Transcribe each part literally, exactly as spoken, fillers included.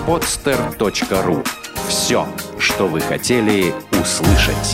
подстер точка ру. Все, что вы хотели услышать.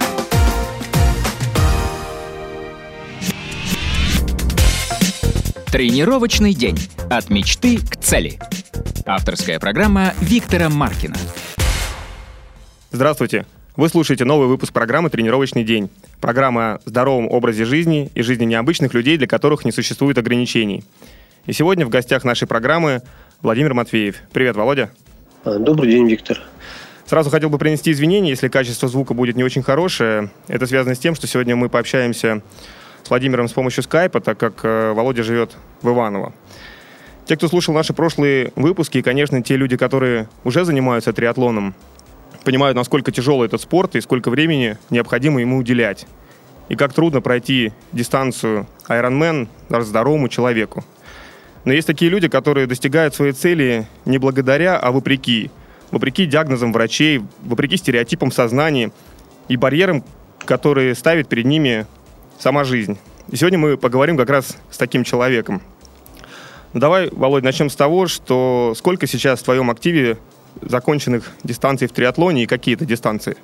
Тренировочный день. От мечты к цели. Авторская программа Виктора Маркина. Здравствуйте! Вы слушаете новый выпуск программы «Тренировочный день». Программа о здоровом образе жизни и жизни необычных людей, для которых не существует ограничений. И сегодня в гостях нашей программы Владимир Матвеев. Привет, Володя. Добрый день, Виктор. Сразу хотел бы принести извинения, если качество звука будет не очень хорошее. Это связано с тем, что сегодня мы пообщаемся с Владимиром с помощью скайпа, так как Володя живет в Иваново. Те, кто слушал наши прошлые выпуски, и, конечно, те люди, которые уже занимаются триатлоном, понимают, насколько тяжелый этот спорт и сколько времени необходимо ему уделять. И как трудно пройти дистанцию Ironman даже здоровому человеку. Но есть такие люди, которые достигают своей цели не благодаря, а вопреки. Вопреки диагнозам врачей, вопреки стереотипам сознания и барьерам, которые ставит перед ними сама жизнь. И сегодня мы поговорим как раз с таким человеком. Ну, давай, Володь, начнем с того, что сколько сейчас в твоем активе законченных дистанций в триатлоне и какие это дистанции?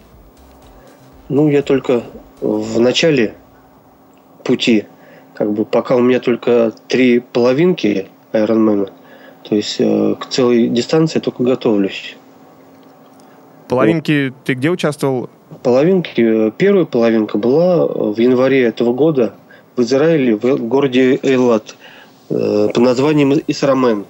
Ну, я только в начале пути, как бы пока у меня только три половинки Ironman, то есть э, к целой дистанции только готовлюсь. Половинки, вот. Ты где участвовал? Половинки, первая половинка была в январе этого года в Израиле, в городе Эйлат, э, под названием Исрамен.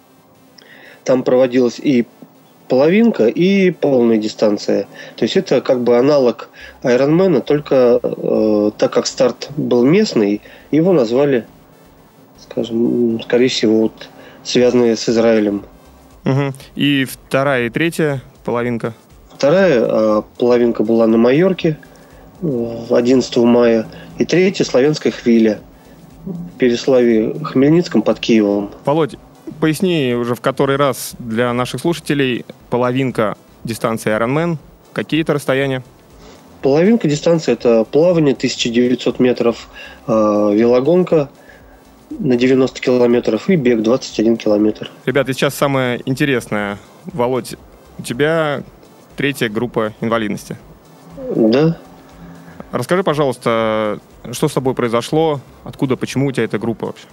Там проводилась и половинка, и полная дистанция. То есть это как бы аналог Ironman, только э, так как старт был местный, его назвали, скажем, скорее всего, вот, связанные с Израилем. Угу. И вторая и третья половинка? Вторая э, половинка была на Майорке одиннадцатого мая, и третья славянская хвиля в Переславе Хмельницком под Киевом. Володь, поясни уже в который раз для наших слушателей половинка дистанции Ironman. Какие это расстояния? Половинка дистанции – это плавание тысяча девятьсот метров, э, велогонка на девяносто километров и бег двадцать один километр. Ребята, сейчас самое интересное. Володь, у тебя третья группа инвалидности. Да. Расскажи, пожалуйста, что с тобой произошло, откуда, почему у тебя эта группа вообще?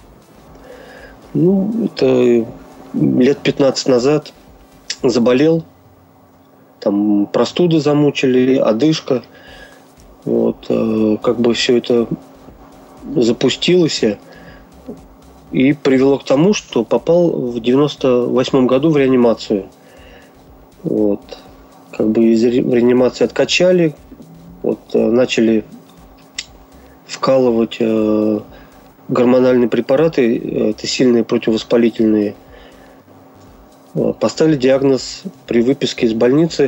Ну, это лет пятнадцать назад заболел. Там простуды замучили, одышка. Вот, э, как бы все это запустилось и привело к тому, что попал в девяносто восьмом году в реанимацию. Вот. Как бы из реанимации откачали, вот, э, начали вкалывать э, гормональные препараты, это сильные противовоспалительные. Поставили диагноз при выписке из больницы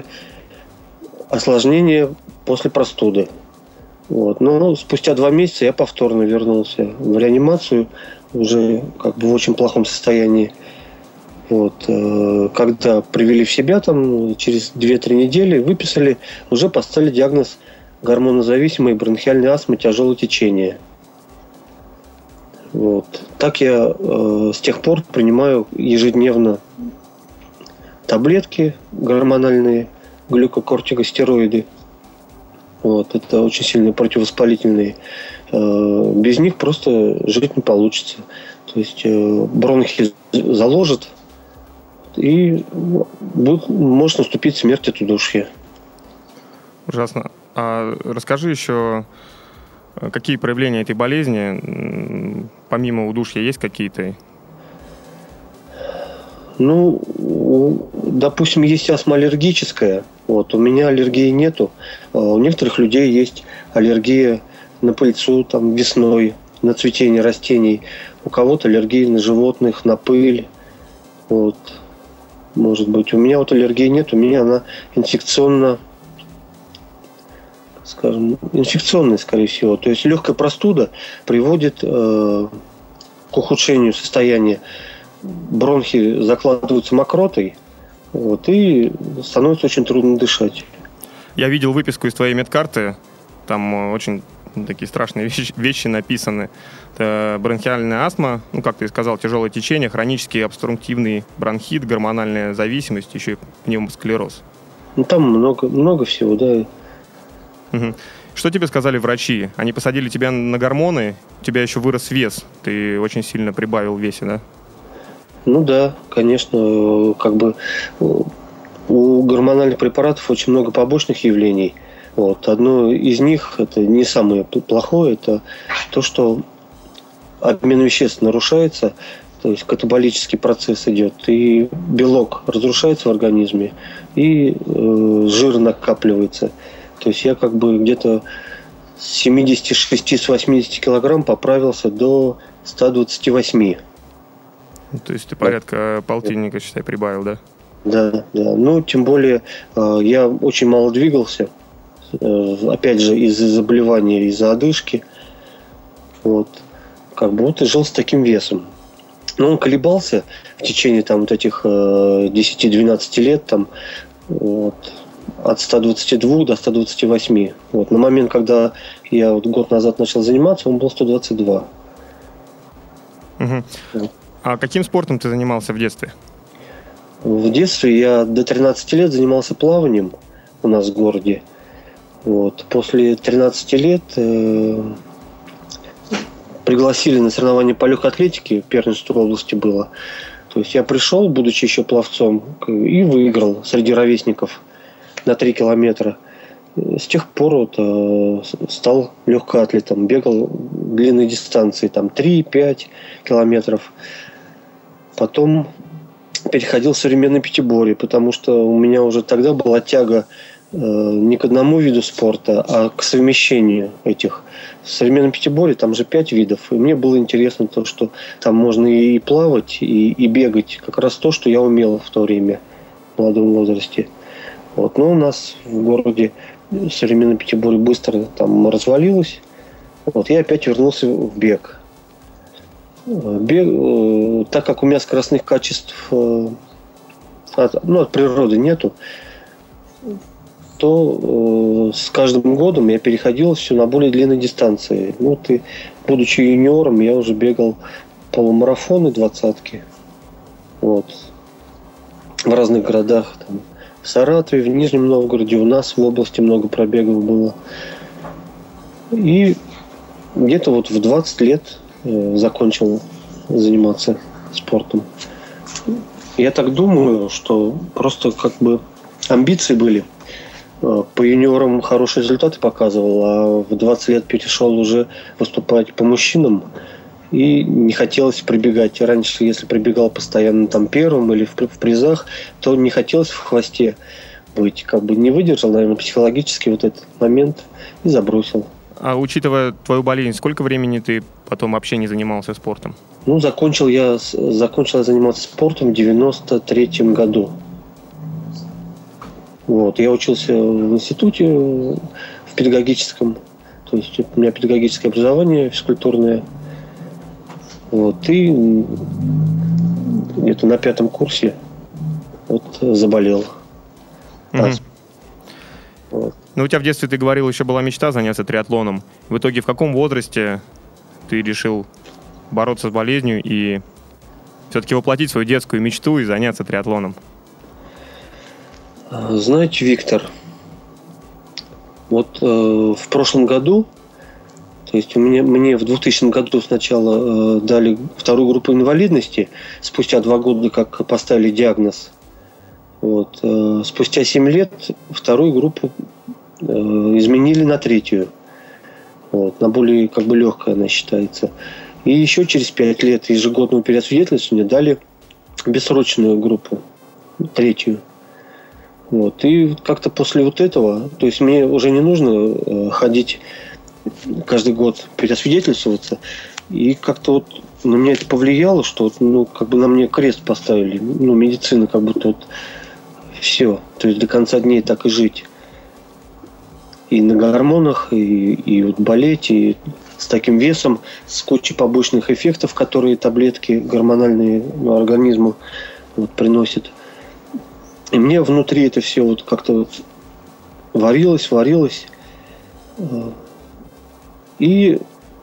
осложнение после простуды. Вот. Но спустя два месяца я повторно вернулся в реанимацию, уже как бы в очень плохом состоянии. Вот. Когда привели в себя, там, через две-три недели выписали, уже поставили диагноз гормонозависимой бронхиальной астмы тяжелого течения. Вот. Так я э, с тех пор принимаю ежедневно таблетки гормональные, глюкокортикостероиды. Вот. Это очень сильные противовоспалительные. Э, без них просто жить не получится. То есть э, бронхи заложат, и будет, может наступить смерть от удушья. Ужасно. А расскажи еще, какие проявления этой болезни, помимо удушья, есть какие-то? Ну, допустим, есть астма аллергическая. Вот, у меня аллергии нету. У некоторых людей есть аллергия на пыльцу, там, весной, на цветение растений. У кого-то аллергия на животных, на пыль. Вот. Может быть. У меня вот аллергии нет, у меня она инфекционно, скажем, инфекционная, скорее всего. То есть легкая простуда приводит э, к ухудшению состояния. Бронхи закладываются мокротой, вот, и становится очень трудно дышать. Я видел выписку из твоей медкарты. Там очень такие страшные вещи, вещи написаны. Это бронхиальная астма, ну, как ты сказал, тяжелое течение, хронический обструктивный бронхит, гормональная зависимость, еще и пневмосклероз. Ну, там много, много всего, да. Угу. Что тебе сказали врачи? Они посадили тебя на гормоны, у тебя еще вырос вес, ты очень сильно прибавил в весе, да? Ну да, конечно, как бы у гормональных препаратов очень много побочных явлений. Вот. Одно из них, это не самое плохое, это то, что обмен веществ нарушается, то есть катаболический процесс идет, и белок разрушается в организме, и э, жир накапливается. То есть я как бы где-то с семидесяти шести с восьмидесяти килограмм поправился до ста двадцати восьми. То есть ты порядка полтинника, считай, прибавил, да? Да, да. Ну, тем более, я очень мало двигался. Опять же, из-за заболевания, из-за одышки. Вот. Как бы вот и жил с таким весом. Но он колебался в течение там вот этих десяти-двенадцати лет, там, вот, от ста двадцати двух до ста двадцати восьми. Вот. На момент, когда я вот год назад начал заниматься, он был сто двадцать два. Угу. Вот. А каким спортом ты занимался в детстве? В детстве я до тринадцати лет занимался плаванием у нас в городе. Вот. После тринадцати лет э, пригласили на соревнования по легкой атлетике, первенство в области было. То есть я пришел, будучи еще пловцом, и выиграл среди ровесников на три километра. С тех пор вот, э, стал легкоатлетом, бегал длинные дистанции, там три-пять километров. Потом переходил в современное пятиборье, потому что у меня уже тогда была тяга э, не к одному виду спорта, а к совмещению этих. В современном пятиборье там же пять видов, и мне было интересно то, что там можно и плавать, и, и бегать. Как раз то, что я умел в то время, в молодом возрасте. Вот. Но у нас в городе современное пятиборье быстро там развалилось. Вот. Я опять вернулся в бег. Бег, так как у меня скоростных качеств от, ну, от природы нету, то э, с каждым годом я переходил все на более длинные дистанции. Вот и будучи юниором, я уже бегал полумарафоны, двадцатки. Вот. В разных городах. Там, в Саратове, в Нижнем Новгороде, у нас в области много пробегов было. И где-то вот в двадцать лет закончил заниматься спортом. Я так думаю, что просто как бы амбиции были. По юниорам хорошие результаты показывал, а в двадцать лет перешел уже выступать по мужчинам. И не хотелось прибегать. Раньше, если прибегал постоянно там первым или в призах, то не хотелось в хвосте быть. Как бы не выдержал, наверное, психологически вот этот момент и забросил. А учитывая твою болезнь, сколько времени ты потом вообще не занимался спортом? Ну, закончил я, закончил я заниматься спортом в девяносто третьем году. Вот. Я учился в институте, в педагогическом. То есть у меня педагогическое образование физкультурное. Вот. И где-то на пятом курсе вот заболел. Угу. Вот. Ну, у тебя в детстве, ты говорил, еще была мечта заняться триатлоном. В итоге в каком возрасте ты решил бороться с болезнью и все-таки воплотить свою детскую мечту и заняться триатлоном? Знаете, Виктор, вот э, в прошлом году, то есть у меня, мне в двухтысячном году сначала э, дали вторую группу инвалидности, спустя два года как поставили диагноз. Вот, э, спустя семь лет вторую группу э, изменили на третью. Вот, на более как бы легкая она считается. И еще через пять лет ежегодного переосвидетельствования дали бессрочную группу, третью. Вот. И как-то после вот этого, то есть мне уже не нужно э, ходить каждый год переосвидетельствоваться. И как-то вот на меня это повлияло, что ну, как бы на мне крест поставили. Ну, медицина как будто вот все. То есть до конца дней так и жить. И на гормонах, и, и вот болеть, и с таким весом, с кучей побочных эффектов, которые таблетки гормональные ну, организму вот, приносят. И мне внутри это все вот как-то вот варилось, варилось. И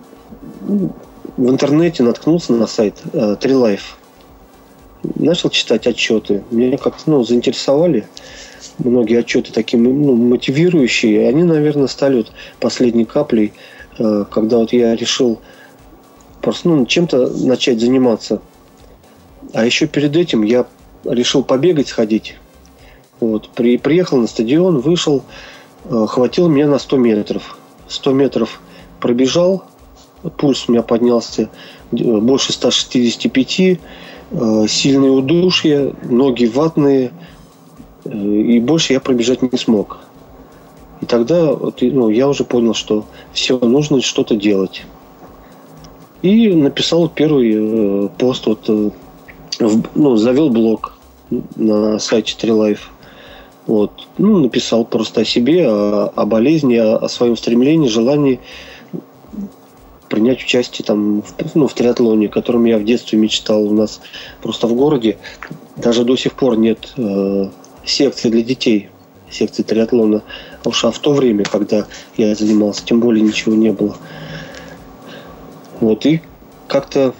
в интернете наткнулся на сайт э, TreeLife. Начал читать отчеты. Меня как-то ну, заинтересовали многие отчеты такие ну, мотивирующие. Они, наверное, стали вот последней каплей, э, когда вот я решил просто ну, чем-то начать заниматься. А еще перед этим я решил побегать, сходить. Вот. При, приехал на стадион, вышел, э, хватило меня на сто метров. сто метров пробежал, пульс у меня поднялся больше ста шестидесяти пяти, э, сильное удушье, ноги ватные, э, и больше я пробежать не смог. И тогда вот, ну, я уже понял, что все, нужно что-то делать. И написал первый э, пост, вот, э, в, ну, завел блог на сайте TreeLife. Вот. Ну, написал просто о себе, о, о болезни, о, о своем стремлении, желании принять участие там, в, ну, в триатлоне, о котором я в детстве мечтал. У нас просто в городе даже до сих пор нет э, секции для детей, секции триатлона. А уж а в то время, когда я занимался, тем более ничего не было. Вот, и как-то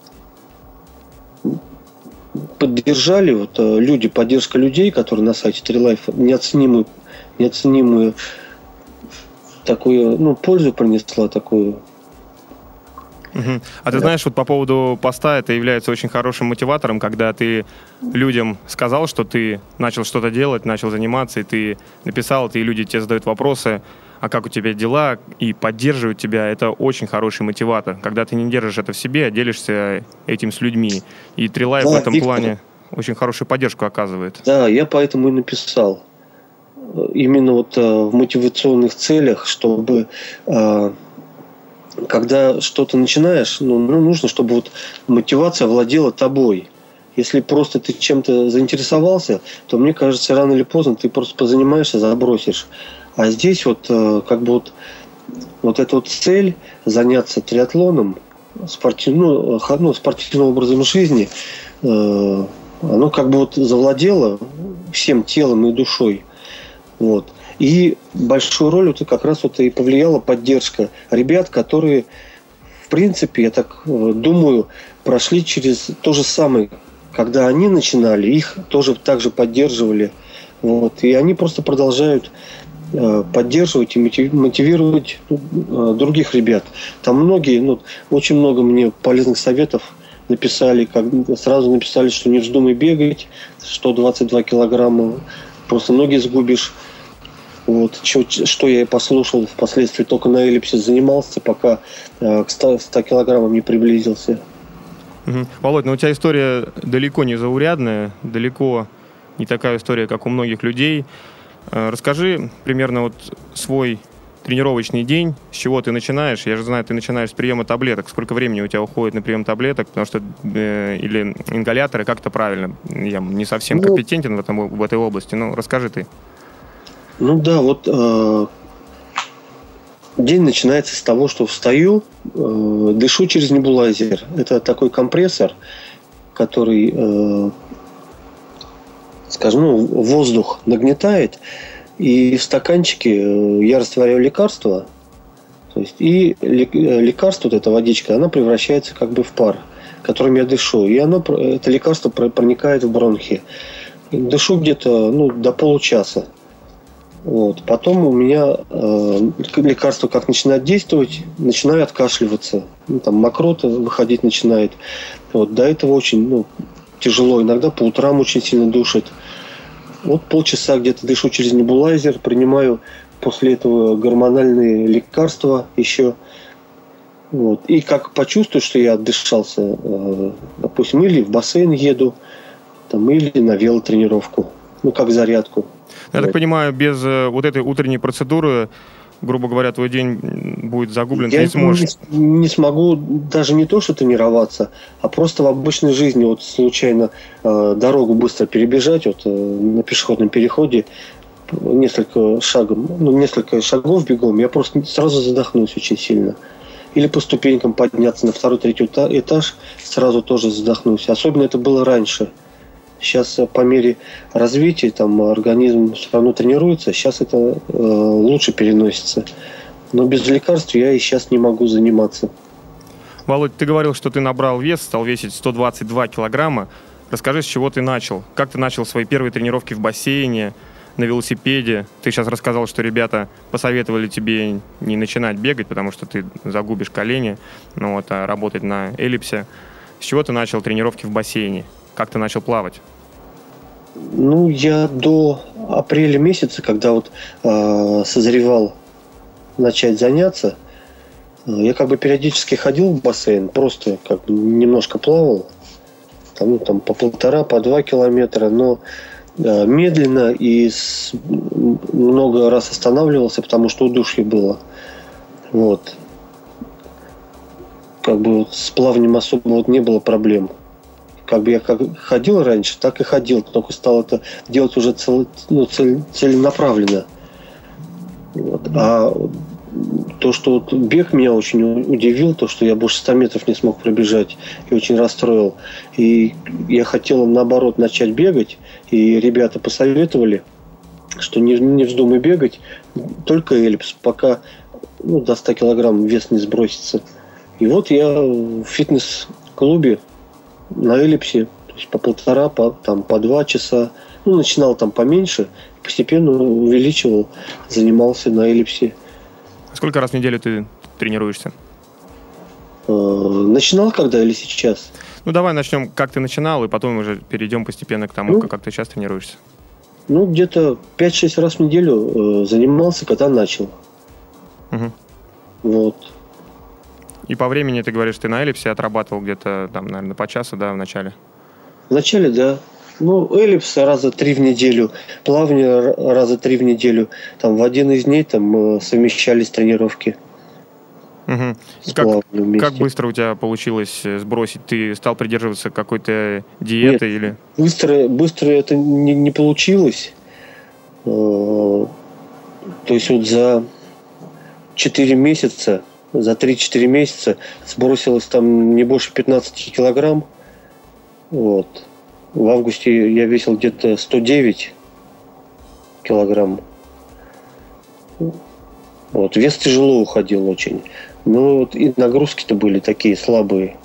поддержали вот, люди, поддержка людей, которые на сайте TreeLife, неоценимую, неоценимую такую, ну, пользу принесла такую. Uh-huh. А ты знаешь, вот по поводу поста, это является очень хорошим мотиватором, когда ты людям сказал, что ты начал что-то делать, начал заниматься, и ты написал, и люди тебе задают вопросы, а как у тебя дела, и поддерживают тебя. Это очень хороший мотиватор, когда ты не держишь это в себе, а делишься этим с людьми. И TreeLife да, в этом Виктор, плане очень хорошую поддержку оказывает. Да, я поэтому и написал. Именно вот в мотивационных целях, чтобы когда что-то начинаешь, ну, нужно, чтобы вот мотивация владела тобой. Если просто ты чем-то заинтересовался, то, мне кажется, рано или поздно ты просто позанимаешься, забросишь. А здесь вот как бы вот, вот эта вот цель заняться триатлоном, спортив, ну, ну, спортивным образом жизни, э, оно как бы вот завладело всем телом и душой. Вот. И большую роль вот как раз вот и повлияла поддержка ребят, которые, в принципе, я так думаю, прошли через то же самое. Когда они начинали, их тоже так же поддерживали. Вот. И они просто продолжают поддерживать и мотивировать других ребят. Там многие, ну, очень много мне полезных советов написали, как, сразу написали, что не вздумай бегать, сто двадцать два килограмма, просто ноги сгубишь. Вот, что, что я и послушал, впоследствии только на эллипсе занимался, пока э, к ста килограммам не приблизился. Угу. Володь, ну у тебя история далеко не заурядная, далеко не такая история, как у многих людей. Э, расскажи примерно вот свой тренировочный день, с чего ты начинаешь. Я же знаю, ты начинаешь с приема таблеток. Сколько времени у тебя уходит на прием таблеток, потому что э, или ингаляторы, как это правильно? Я не совсем ну, компетентен в, этом, в этой области, но расскажи ты. Ну да, вот э, день начинается с того, что встаю, э, дышу через небулайзер. Это такой компрессор, который, э, скажем, ну, воздух нагнетает, и в стаканчике э, я растворяю лекарство, то есть, и лекарство, вот эта водичка, она превращается как бы в пар, которым я дышу, и оно, это лекарство проникает в бронхи. Дышу где-то ну, до получаса. Вот. Потом у меня э, лекарство как начинает действовать, начинаю откашливаться. Ну, там мокрота выходить начинает. Вот. До этого очень ну, тяжело. Иногда по утрам очень сильно душит. Вот полчаса где-то дышу через небулайзер, принимаю после этого гормональные лекарства еще. Вот. И как почувствую, что я отдышался, э, допустим, или в бассейн еду, там, или на велотренировку, ну, как зарядку. Я так понимаю, без э, вот этой утренней процедуры, грубо говоря, твой день будет загублен, я ты не сможешь. Не, не смогу даже не то, что тренироваться, а просто в обычной жизни вот случайно э, дорогу быстро перебежать, вот э, на пешеходном переходе несколько шагов, ну, несколько шагов бегом, я просто сразу задохнусь очень сильно. Или по ступенькам подняться на второй, третий этаж, сразу тоже задохнусь. Особенно это было раньше. Сейчас по мере развития там, организм все равно тренируется, сейчас это э, лучше переносится. Но без лекарств я и сейчас не могу заниматься. Володь, ты говорил, что ты набрал вес, стал весить сто двадцать два килограмма. Расскажи, с чего ты начал? Как ты начал свои первые тренировки в бассейне, на велосипеде? Ты сейчас рассказал, что ребята посоветовали тебе не начинать бегать, потому что ты загубишь колени, ну вот, а работать на эллипсе. С чего ты начал тренировки в бассейне? Как ты начал плавать? Ну, я до апреля месяца, когда вот э, созревал начать заняться, я как бы периодически ходил в бассейн, просто как бы немножко плавал, там, ну, там по полтора, по два километра, но э, медленно и с, много раз останавливался, потому что удушье было. Вот. Как бы вот с плаванием особо вот не было проблем. Как бы я как ходил раньше, так и ходил, только стал это делать уже цел, ну, цель, целенаправленно. Вот. А то, что вот бег меня очень удивил, то, что я больше ста метров не смог пробежать и очень расстроил. И я хотел, наоборот, начать бегать, и ребята посоветовали, что не, не вздумай бегать, только эллипс, пока ну, до ста килограмм вес не сбросится. И вот я в фитнес-клубе на эллипсе, то есть по полтора, по, там, по два часа, ну, начинал там поменьше, постепенно увеличивал, занимался на эллипсе. Сколько раз в неделю ты тренируешься? Начинал когда или сейчас? Ну, давай начнем, как ты начинал, и потом уже перейдем постепенно к тому, ну, как ты сейчас тренируешься. Ну, где-то пять-шесть раз в неделю занимался, когда начал. Угу. Вот. И по времени, ты говоришь, ты на эллипсе отрабатывал где-то, там, наверное, по часу, да, в начале? В начале, да. Ну, эллипс раза три в неделю, плавание раза три в неделю. Там в один из дней там совмещались тренировки. Угу. Как, как быстро у тебя получилось сбросить? Ты стал придерживаться какой-то диеты? Нет, или? Быстро, быстро это не, не получилось. То есть вот за четыре месяца, за три-четыре месяца сбросилось там не больше пятнадцати килограмм. Вот. В августе я весил где-то сто девять килограмм. Вот. Вес тяжело уходил очень. Но вот и нагрузки-то были такие слабые.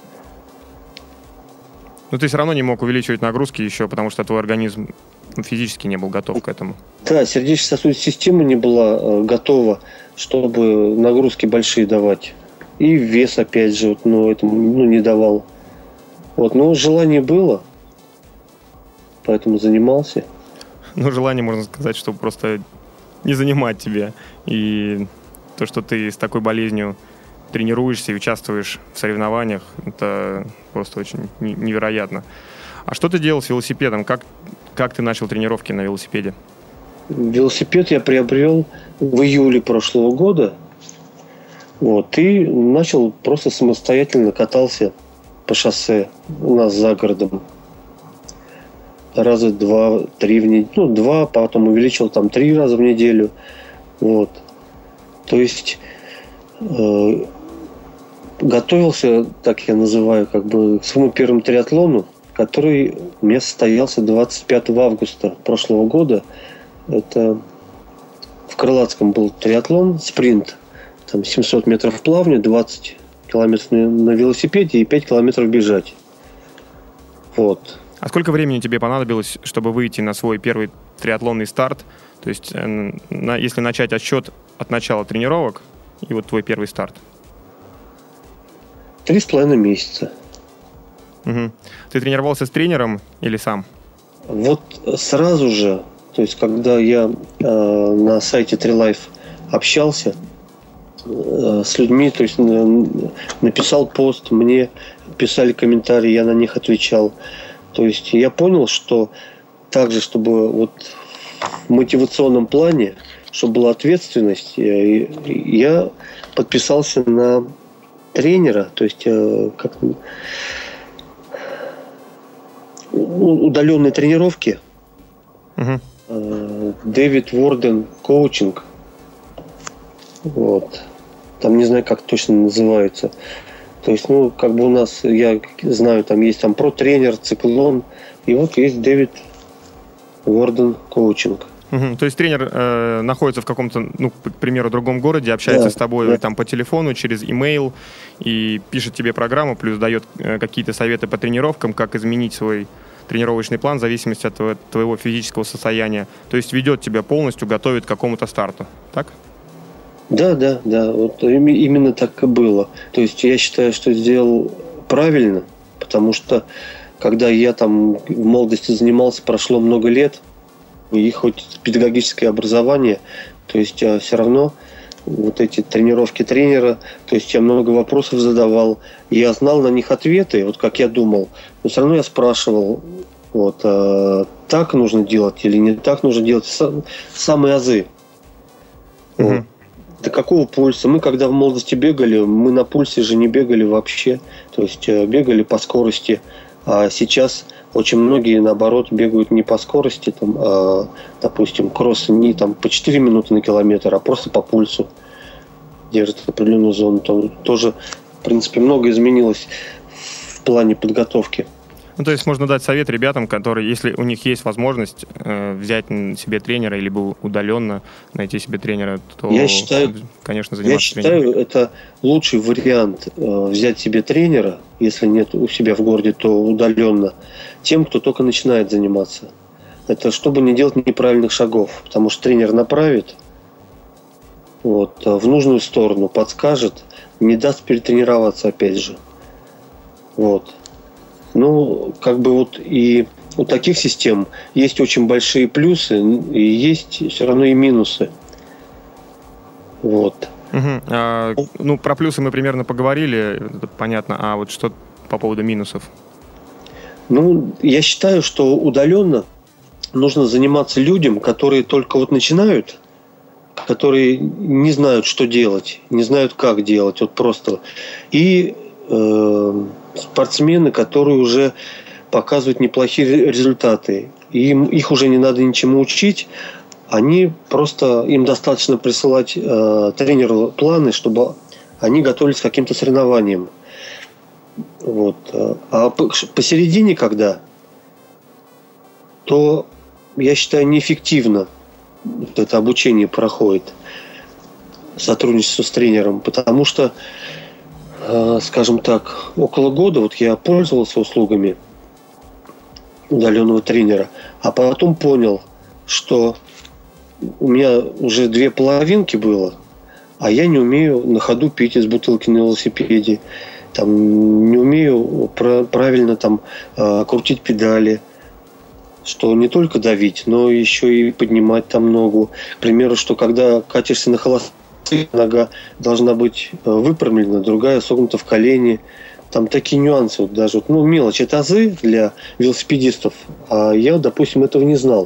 Но ты все равно не мог увеличивать нагрузки еще, потому что твой организм физически не был готов к этому. Да, сердечно-сосудистая система не была э, готова, чтобы нагрузки большие давать. И вес, опять же, вот, ну, этому ну, не давал. Вот, но желание было. Поэтому занимался. Ну, желание, можно сказать, что просто не занимать тебя. И то, что ты с такой болезнью тренируешься и участвуешь в соревнованиях, это просто очень невероятно. А что ты делал с велосипедом? Как, как ты начал тренировки на велосипеде? Велосипед я приобрел в июле прошлого года. Вот, и начал просто самостоятельно катался по шоссе у нас за городом. Раза два-три в неделю. Ну, два, потом увеличил там три раза в неделю. Вот. То есть э, готовился, так я называю, как бы к своему первому триатлону, который у меня состоялся двадцать пятого августа прошлого года. Это в Крылатском был триатлон, спринт. Там семьсот метров плавания, двадцать километров на велосипеде и пять километров бежать. Вот. А сколько времени тебе понадобилось, чтобы выйти на свой первый триатлонный старт? То есть, на, если начать отсчет от начала тренировок, и вот твой первый старт. Три с половиной месяца. Угу. Ты тренировался с тренером или сам? Вот сразу же, то есть, когда я э, на сайте TreeLife общался э, с людьми, то есть э, написал пост, мне писали комментарии, я на них отвечал. То есть я понял, что также, чтобы вот в мотивационном плане, чтобы была ответственность, я подписался на тренера, то есть как удаленные тренировки. Uh-huh. Дэвид Ворден коучинг. Вот. Там не знаю, как точно называется. То есть, ну, как бы у нас, я знаю, там есть там про-тренер, циклон, и вот есть Дэвид Ворден коучинг. Угу. То есть тренер э, находится в каком-то, ну, к примеру, другом городе, общается Да, с тобой да. там по телефону, через имейл и пишет тебе программу, плюс дает э, какие-то советы по тренировкам, как изменить свой тренировочный план в зависимости от твоего, твоего физического состояния. То есть ведет тебя полностью, готовит к какому-то старту. Так? Да, да, да. Вот именно так и было. То есть я считаю, что сделал правильно, потому что когда я там в молодости занимался, прошло много лет, и хоть педагогическое образование, то есть а все равно вот эти тренировки тренера, то есть я много вопросов задавал, я знал на них ответы, вот как я думал, но все равно я спрашивал, вот а, так нужно делать или не так нужно делать, сам, самые азы. Угу. Вот. До какого пульса? Мы когда в молодости бегали, мы на пульсе же не бегали вообще, то есть бегали по скорости, а сейчас очень многие, наоборот, бегают не по скорости, там, а, допустим, кросс не там, по четыре минуты на километр, а просто по пульсу держит определенную зону. Там тоже, в принципе, много изменилось в плане подготовки. Ну, то есть можно дать совет ребятам, которые, если у них есть возможность э, взять себе тренера, либо удаленно найти себе тренера, то, я считаю, конечно, заниматься Я считаю, тренером. Это лучший вариант э, взять себе тренера, если нет у себя в городе, то удаленно, тем, кто только начинает заниматься. Это чтобы не делать неправильных шагов, потому что тренер направит вот, в нужную сторону, подскажет, не даст перетренироваться опять же. Вот. Ну, как бы вот и у таких систем есть очень большие плюсы, и есть все равно и минусы. Вот. Угу. А, ну, про плюсы мы примерно поговорили, это понятно. А вот что по поводу минусов? Ну, я считаю, что удаленно нужно заниматься людям, которые только вот начинают, которые не знают, что делать, не знают, как делать, вот просто. И э, спортсмены, которые уже показывают неплохие результаты. И им, их уже не надо ничему учить, они просто, им достаточно присылать э, тренеру планы, чтобы они готовились к каким-то соревнованиям. Вот. А посередине, когда, то, я считаю, неэффективно это обучение проходит, сотрудничество с тренером, потому что, скажем так, около года вот я пользовался услугами удаленного тренера, а потом понял, что у меня уже две половинки было, а я не умею на ходу пить из бутылки на велосипеде, там, не умею правильно там, крутить педали, что не только давить, но еще и поднимать там ногу. К примеру, что когда катишься на холостых, нога должна быть выпрямлена, другая согнута в колени. Там такие нюансы, вот даже, ну, мелочь, это азы для велосипедистов, а я, допустим, этого не знал.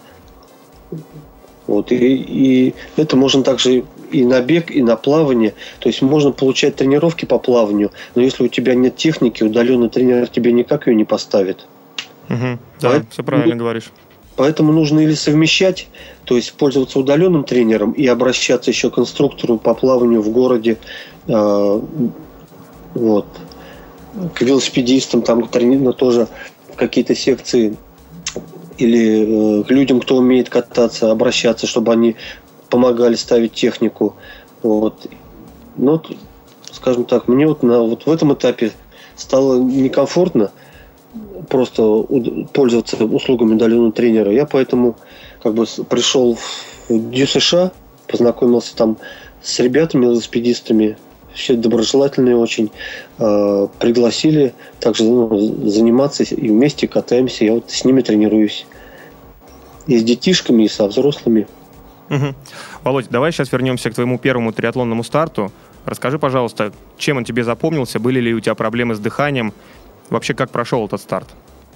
Вот, и, и это можно также и на бег, и на плавание. То есть можно получать тренировки по плаванию, но если у тебя нет техники, удаленный тренер тебе никак ее не поставит. Угу. Да, Поэтому, все правильно говоришь. Поэтому нужно или совмещать, то есть пользоваться удаленным тренером и обращаться еще к инструктору по плаванию в городе, э, вот, к велосипедистам, там тоже в какие-то секции, или э, к людям, кто умеет кататься, обращаться, чтобы они помогали ставить технику. Вот. Но, скажем так, мне вот, на, вот в этом этапе стало некомфортно просто пользоваться услугами удаленного тренера. Я поэтому как бы пришел в Дю США, познакомился там с ребятами, велосипедистами, все доброжелательные очень, э, пригласили также, ну, заниматься и вместе катаемся. Я вот с ними тренируюсь. И с детишками, и со взрослыми. Угу. Володь, давай сейчас вернемся к твоему первому триатлонному старту. Расскажи, пожалуйста, чем он тебе запомнился, были ли у тебя проблемы с дыханием, вообще как прошел этот старт?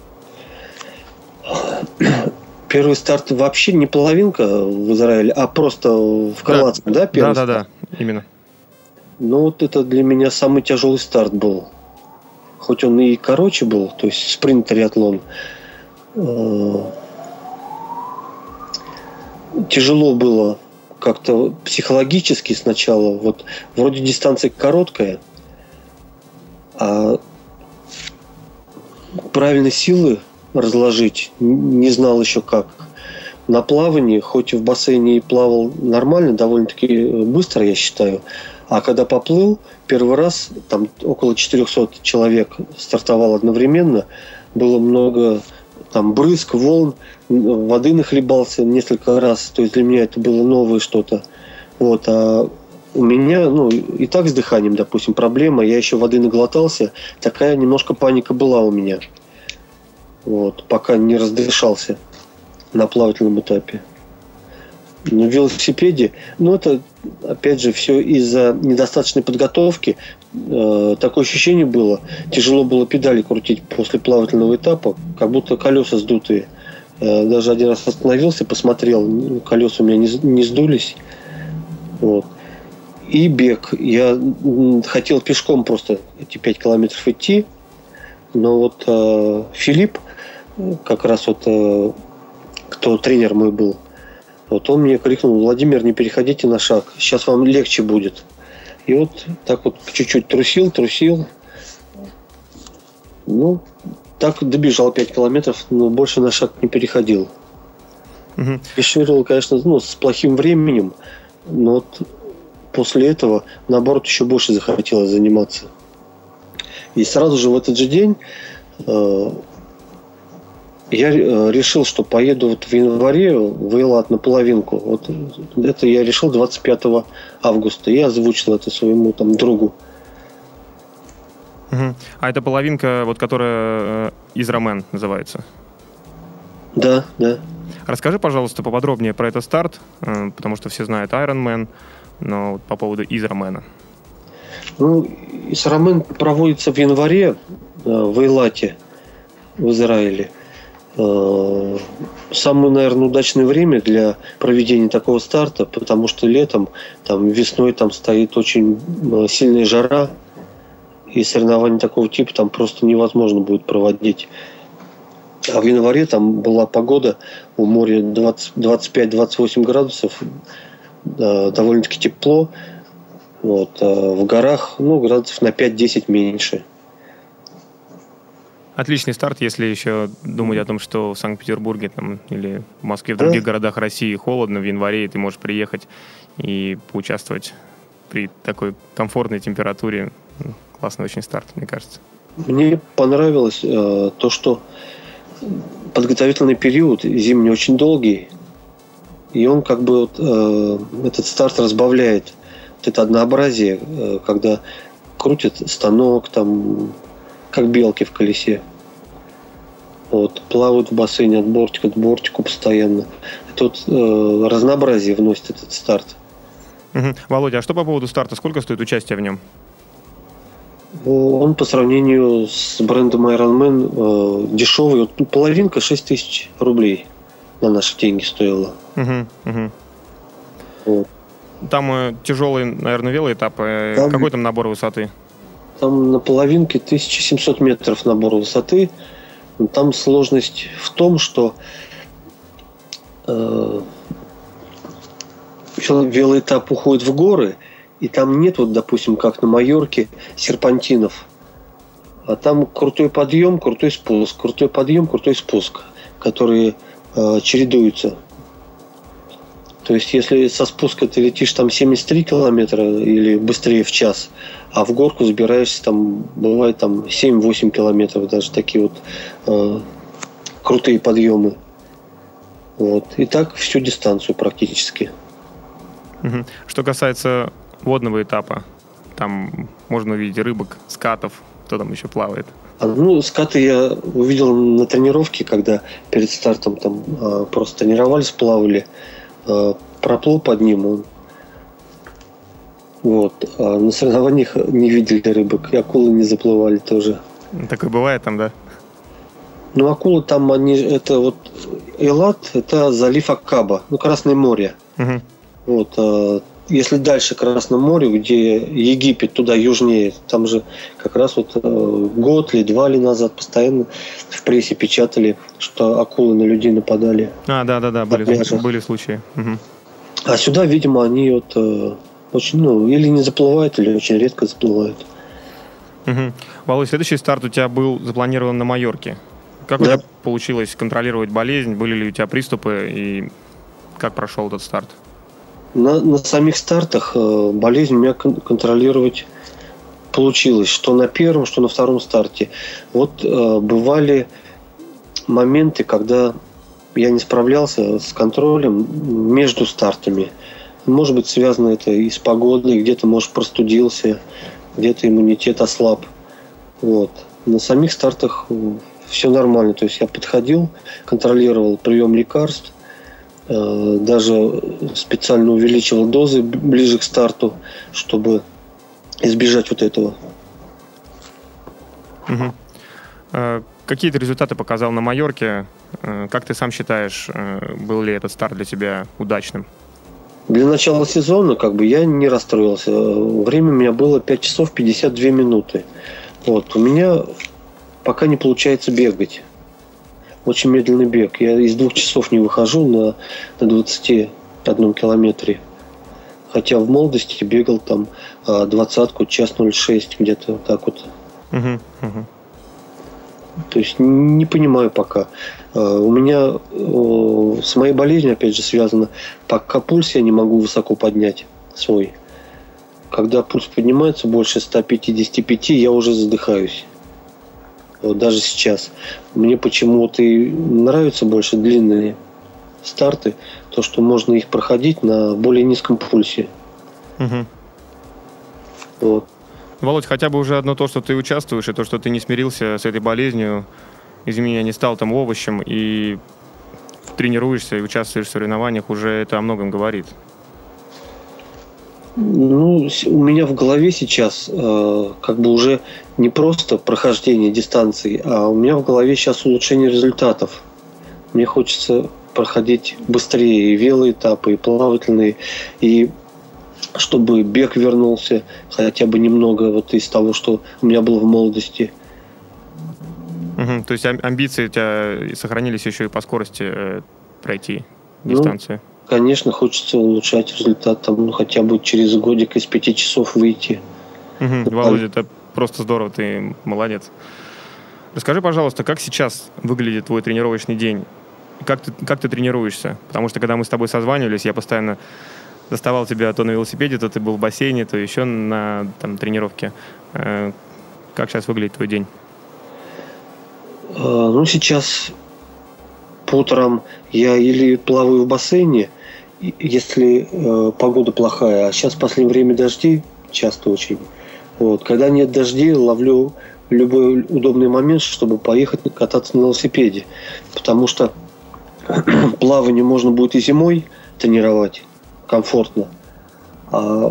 Первый старт вообще не половинка в Израиле, а просто в Крылатском, да? Да, да, да, да, именно. Ну вот это для меня самый тяжелый старт был. Хоть он и короче был, то есть спринт-триатлон. Тяжело было как-то психологически сначала. Вот вроде дистанция короткая, а правильно силы разложить не знал еще как. на плавании, хоть и в бассейне и плавал нормально, довольно-таки быстро, я считаю, а когда поплыл, первый раз, там около четыреста человек стартовало одновременно, было много там брызг, волн, воды нахлебался несколько раз, то есть для меня это было новое что-то. Вот, а у меня, ну, и так с дыханием, допустим, проблема, я еще воды наглотался, такая немножко паника была у меня, вот, пока не раздышался на плавательном этапе. На велосипеде, ну, это, опять же, все из-за недостаточной подготовки. Э, такое ощущение было, тяжело было педали крутить после плавательного этапа, как будто колеса сдутые. Э, даже один раз остановился, посмотрел, колеса у меня не, не сдулись. Вот. И бег. Я хотел пешком просто эти пять километров идти, но вот э, Филипп, как раз вот, э, кто тренер мой был, вот он мне крикнул: Владимир, не переходите на шаг, сейчас вам легче будет. И вот так вот чуть-чуть трусил, трусил. Ну, так добежал пять километров, но больше на шаг не переходил. Угу. Финишировал, конечно, ну, с плохим временем, но вот после этого, наоборот, еще больше захотелось заниматься. И сразу же в этот же день э, я решил, что поеду вот в январе в Эйлат на половинку. Вот это я решил двадцать пятого августа. Я озвучил это своему там другу. Угу. А это половинка, вот которая э, Израмен называется? Да, да. Расскажи, пожалуйста, поподробнее про этот старт, э, потому что все знают Ironman, но вот по поводу Израмена. Ну, Израмен проводится в январе э, в Эйлате, в Израиле. Самое, наверное, удачное время для проведения такого старта, потому что летом, там, весной там стоит очень сильная жара, и соревнования такого типа там просто невозможно будет проводить. А в январе там была погода, у моря двадцать пять - двадцать восемь градусов, довольно-таки тепло, вот, а в горах, ну, градусов на пять-десять меньше. Отличный старт, если еще думать о том, что в Санкт-Петербурге там, или в Москве, в других да. городах России холодно в январе, и ты можешь приехать и поучаствовать при такой комфортной температуре. Классный очень старт, мне кажется. Мне понравилось э, то, что подготовительный период зимний очень долгий, и он как бы вот, э, этот старт разбавляет вот это однообразие, э, когда крутит станок, там, как белки в колесе. Вот, плавают в бассейне от бортика к бортику постоянно. Это вот э, разнообразие вносит этот старт. Угу. Володя, а что по поводу старта? Сколько стоит участие в нем? Он по сравнению с брендом Ironman э, дешевый. Вот, половинка шесть тысяч рублей на наши деньги стоила. Угу, угу. Вот. Там э, тяжелый, наверное, велоэтап. Э, там... Какой там набор высоты? Там на половинке тысяча семьсот метров набор высоты. Там сложность в том, что э, велоэтап уходит в горы, и там нет, вот, допустим, как на Майорке, серпантинов. А там крутой подъем, крутой спуск, крутой подъем, крутой спуск, которые э, чередуются. То есть, если со спуска ты летишь там семьдесят три километра или быстрее в час, а в горку забираешься, там, бывает там семь-восемь километров, даже такие вот э, крутые подъемы. Вот. И так всю дистанцию практически. Угу. Что касается водного этапа, там можно увидеть рыбок, скатов, кто там еще плавает? А, ну, скаты я увидел на тренировке, когда перед стартом там э, просто тренировались, плавали. Проплыл под ним он. Вот. А на соревнованиях не видели рыбок, и акулы не заплывали тоже. Такое бывает там, да? Ну, акулы там, они, это вот Эйлат, это залив Акаба, ну, Красное море. Угу. Вот. А если дальше Красное море, где Египет, туда южнее, там же как раз вот год или два ли назад постоянно в прессе печатали, что акулы на людей нападали. А, да-да-да, были, были случаи. Угу. А сюда, видимо, они вот э, очень, ну, или не заплывают, или очень редко заплывают. Угу. Володь, следующий старт у тебя был запланирован на Майорке. Как у Да. тебя получилось контролировать болезнь? Были ли у тебя приступы? И как прошел этот старт? На, на самих стартах э, болезнь у меня кон- контролировать получилось. Что на первом, что на втором старте. Вот э, бывали моменты, когда я не справлялся с контролем между стартами. Может быть, связано это и с погодой, где-то, может, простудился, где-то иммунитет ослаб. Вот. На самих стартах все нормально. То есть я подходил, контролировал прием лекарств, э, даже специально увеличивал дозы ближе к старту, чтобы избежать вот этого. Угу. Э, какие ты результаты показал на Майорке? Э, как ты сам считаешь, э, был ли этот старт для тебя удачным? Для начала сезона как бы я не расстроился. Время у меня было пять часов пятьдесят две минуты. Вот. У меня пока не получается бегать. Очень медленный бег. Я из двух часов не выхожу на, на двадцати одном километре. Хотя в молодости бегал там двадцатку, час ноль шесть, где-то вот так вот. Угу, угу. То есть не понимаю пока. У меня с моей болезнью, опять же, связано, пока пульс я не могу высоко поднять свой. Когда пульс поднимается больше ста пятидесяти пяти, я уже задыхаюсь. Вот даже сейчас. Мне почему-то и нравятся больше длинные старты, то, что можно их проходить на более низком пульсе. Угу. Вот. Володь, хотя бы уже одно то, что ты участвуешь, и то, что ты не смирился с этой болезнью, из меня не стал там овощем, и тренируешься, и участвуешь в соревнованиях, уже это о многом говорит. Ну, у меня в голове сейчас э, как бы уже не просто прохождение дистанции, а у меня в голове сейчас улучшение результатов. Мне хочется проходить быстрее и велоэтапы, и плавательные, и чтобы бег вернулся хотя бы немного вот из того, что у меня было в молодости. Угу. То есть амбиции у тебя сохранились еще и по скорости э, пройти Ну, дистанцию? Конечно, хочется улучшать результат, там, ну, хотя бы через годик из пяти часов выйти. Угу. Володя, это просто здорово, ты молодец. Расскажи, пожалуйста, как сейчас выглядит твой тренировочный день? Как ты, как ты тренируешься? Потому что, когда мы с тобой созванивались, я постоянно доставал тебя то на велосипеде, то ты был в бассейне, то еще на там, тренировке. Э, как сейчас выглядит твой день? А, ну, сейчас по утрам я или плаваю в бассейне, и- если э, погода плохая, а сейчас в последнее время дожди часто очень. Вот. Когда нет дождей, ловлю любой удобный момент, чтобы поехать кататься на велосипеде. Потому что плавание можно будет и зимой тренировать комфортно. А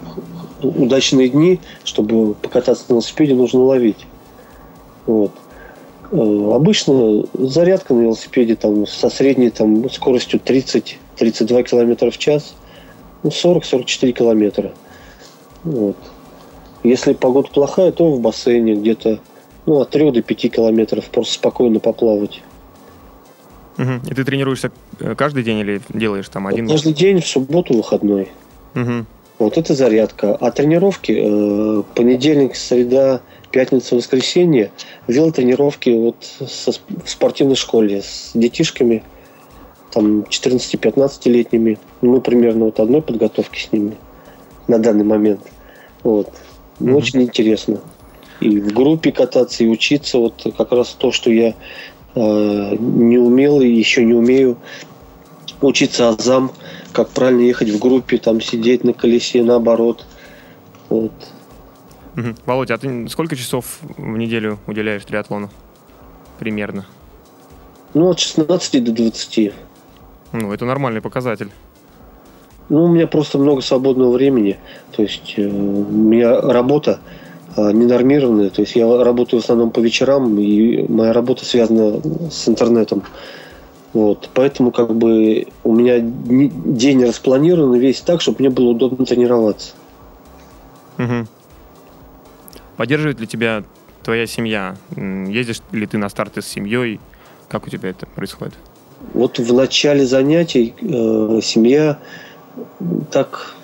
удачные дни, чтобы покататься на велосипеде, нужно ловить. Вот. Э, Обычно зарядка на велосипеде там, со средней там, скоростью тридцать - тридцать два километра в час, ну, сорок - сорок четыре километра. Вот. Если погода плохая, то в бассейне где-то ну, от трёх до пяти километров просто спокойно поплавать. Угу. И ты тренируешься э, каждый день или делаешь там один? Каждый день, в субботу, выходной. Угу. Вот это зарядка. А тренировки э, понедельник, среда, пятница, воскресенье, велотренировки вот со, сп- в спортивной школе с детишками, там четырнадцати-пятнадцатилетними. Мы примерно вот одной подготовки с ними на данный момент. Вот. Ну, Мгм. Очень интересно. И в группе кататься, и учиться. Вот как раз то, что я э, не умел и еще не умею. Учиться азам, как правильно ехать в группе, там сидеть на колесе, наоборот. Вот. Угу. Володя, а ты сколько часов в неделю уделяешь триатлону? Примерно. Ну, от шестнадцати до двадцати. Ну, это нормальный показатель. Ну, у меня просто много свободного времени. То есть э, у меня работа э, ненормированная. То есть я работаю в основном по вечерам, и моя работа связана с интернетом. Вот. Поэтому как бы у меня дни- день распланирован весь так, чтобы мне было удобно тренироваться. Угу. Поддерживает ли тебя твоя семья? М, Ездишь ли ты на старты с семьей? Как у тебя это происходит? Вот в начале занятий э, семья так,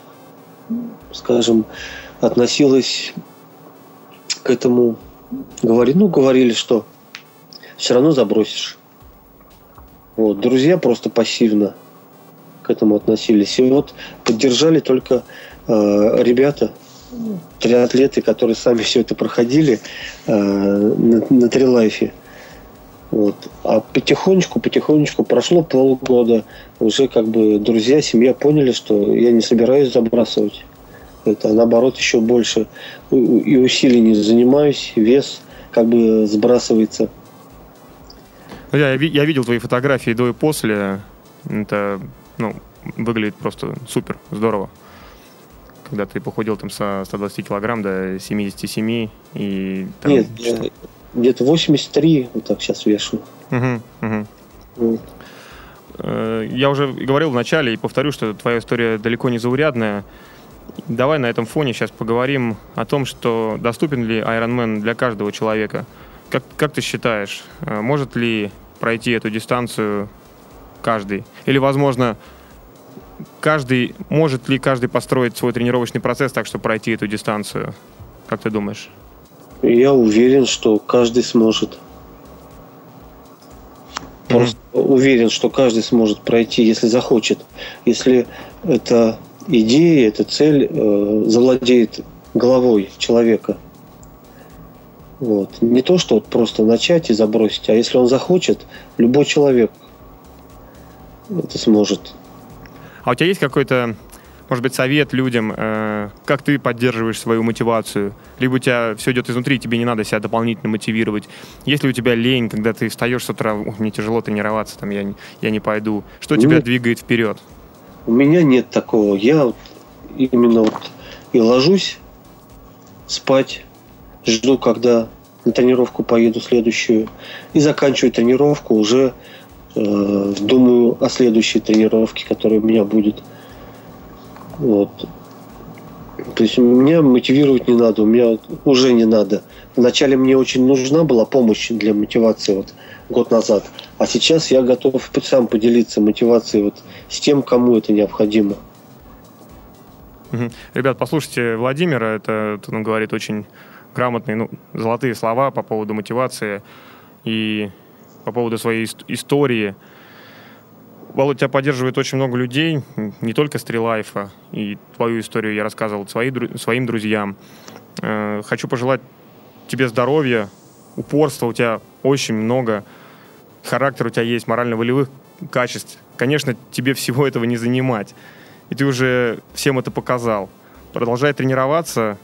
скажем, относилась к этому. Говори, ну, говорили, что все равно забросишь. Вот. Друзья просто пассивно к этому относились. И вот поддержали только э, ребята, триатлеты, которые сами все это проходили э, на, на трилайфе. Вот. А потихонечку, потихонечку прошло полгода, уже как бы друзья, семья поняли, что я не собираюсь забрасывать. Это наоборот еще больше и усилений занимаюсь, вес как бы сбрасывается. Я, я видел твои фотографии до и после. Это, ну, выглядит просто супер, здорово. Когда ты похудел там со ста двадцати килограмм до семидесяти семи. И, там, Нет, я где-то восемьдесят три вот так сейчас вешу. Угу, угу. Вот. Я уже говорил в начале и повторю, что твоя история далеко не заурядная. Давай на этом фоне сейчас поговорим о том, что доступен ли Ironman для каждого человека. Как, как ты считаешь, может ли пройти эту дистанцию каждый? Или, возможно, каждый, может ли каждый построить свой тренировочный процесс так, чтобы пройти эту дистанцию? Как ты думаешь? Я уверен, что каждый сможет. Просто mm-hmm. уверен, что каждый сможет пройти, если захочет. Если эта идея, эта цель э, завладеет головой человека. Вот. Не то, что вот просто начать и забросить, а если он захочет, любой человек это сможет. А у тебя есть какой-то, может быть, совет людям, э, как ты поддерживаешь свою мотивацию? Либо у тебя все идет изнутри, тебе не надо себя дополнительно мотивировать. Если у тебя лень, когда ты встаешь с утра, мне тяжело тренироваться, там, я, я не пойду. Что тебя нет. двигает вперед? У меня нет такого. Я вот именно вот и ложусь спать, жду, когда на тренировку поеду следующую, и заканчиваю тренировку, уже э, думаю о следующей тренировке, которая у меня будет. Вот. То есть меня мотивировать не надо, у меня уже не надо. Вначале мне очень нужна была помощь для мотивации вот, год назад, а сейчас я готов сам поделиться мотивацией вот, с тем, кому это необходимо. Угу. Ребят, послушайте Владимира, это он говорит очень грамотные, ну, золотые слова по поводу мотивации и по поводу своей истории. Володь, тебя поддерживает очень много людей, не только с Трилайфа, и твою историю я рассказывал свои, своим друзьям. Э, хочу пожелать тебе здоровья, упорства, у тебя очень много, характер у тебя есть, морально-волевых качеств. Конечно, тебе всего этого не занимать, и ты уже всем это показал. Продолжай тренироваться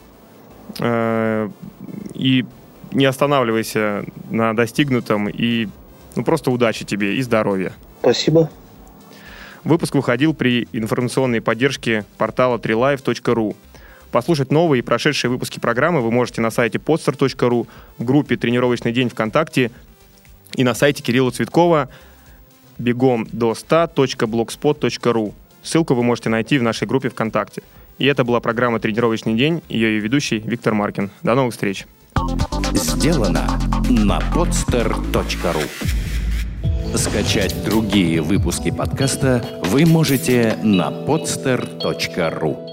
э, и не останавливайся на достигнутом, и ну, просто удачи тебе и здоровья. Спасибо. Выпуск выходил при информационной поддержке портала трилайф точка ру. Послушать новые и прошедшие выпуски программы вы можете на сайте подстер точка ру, в группе «Тренировочный день» ВКонтакте и на сайте Кирилла Цветкова бегом до ста точка блогспот точка ру. Ссылку вы можете найти в нашей группе ВКонтакте. И это была программа «Тренировочный день», ее ведущий Виктор Маркин. До новых встреч. Сделано на подстер точка ру. Скачать другие выпуски подкаста вы можете на подстер точка ру.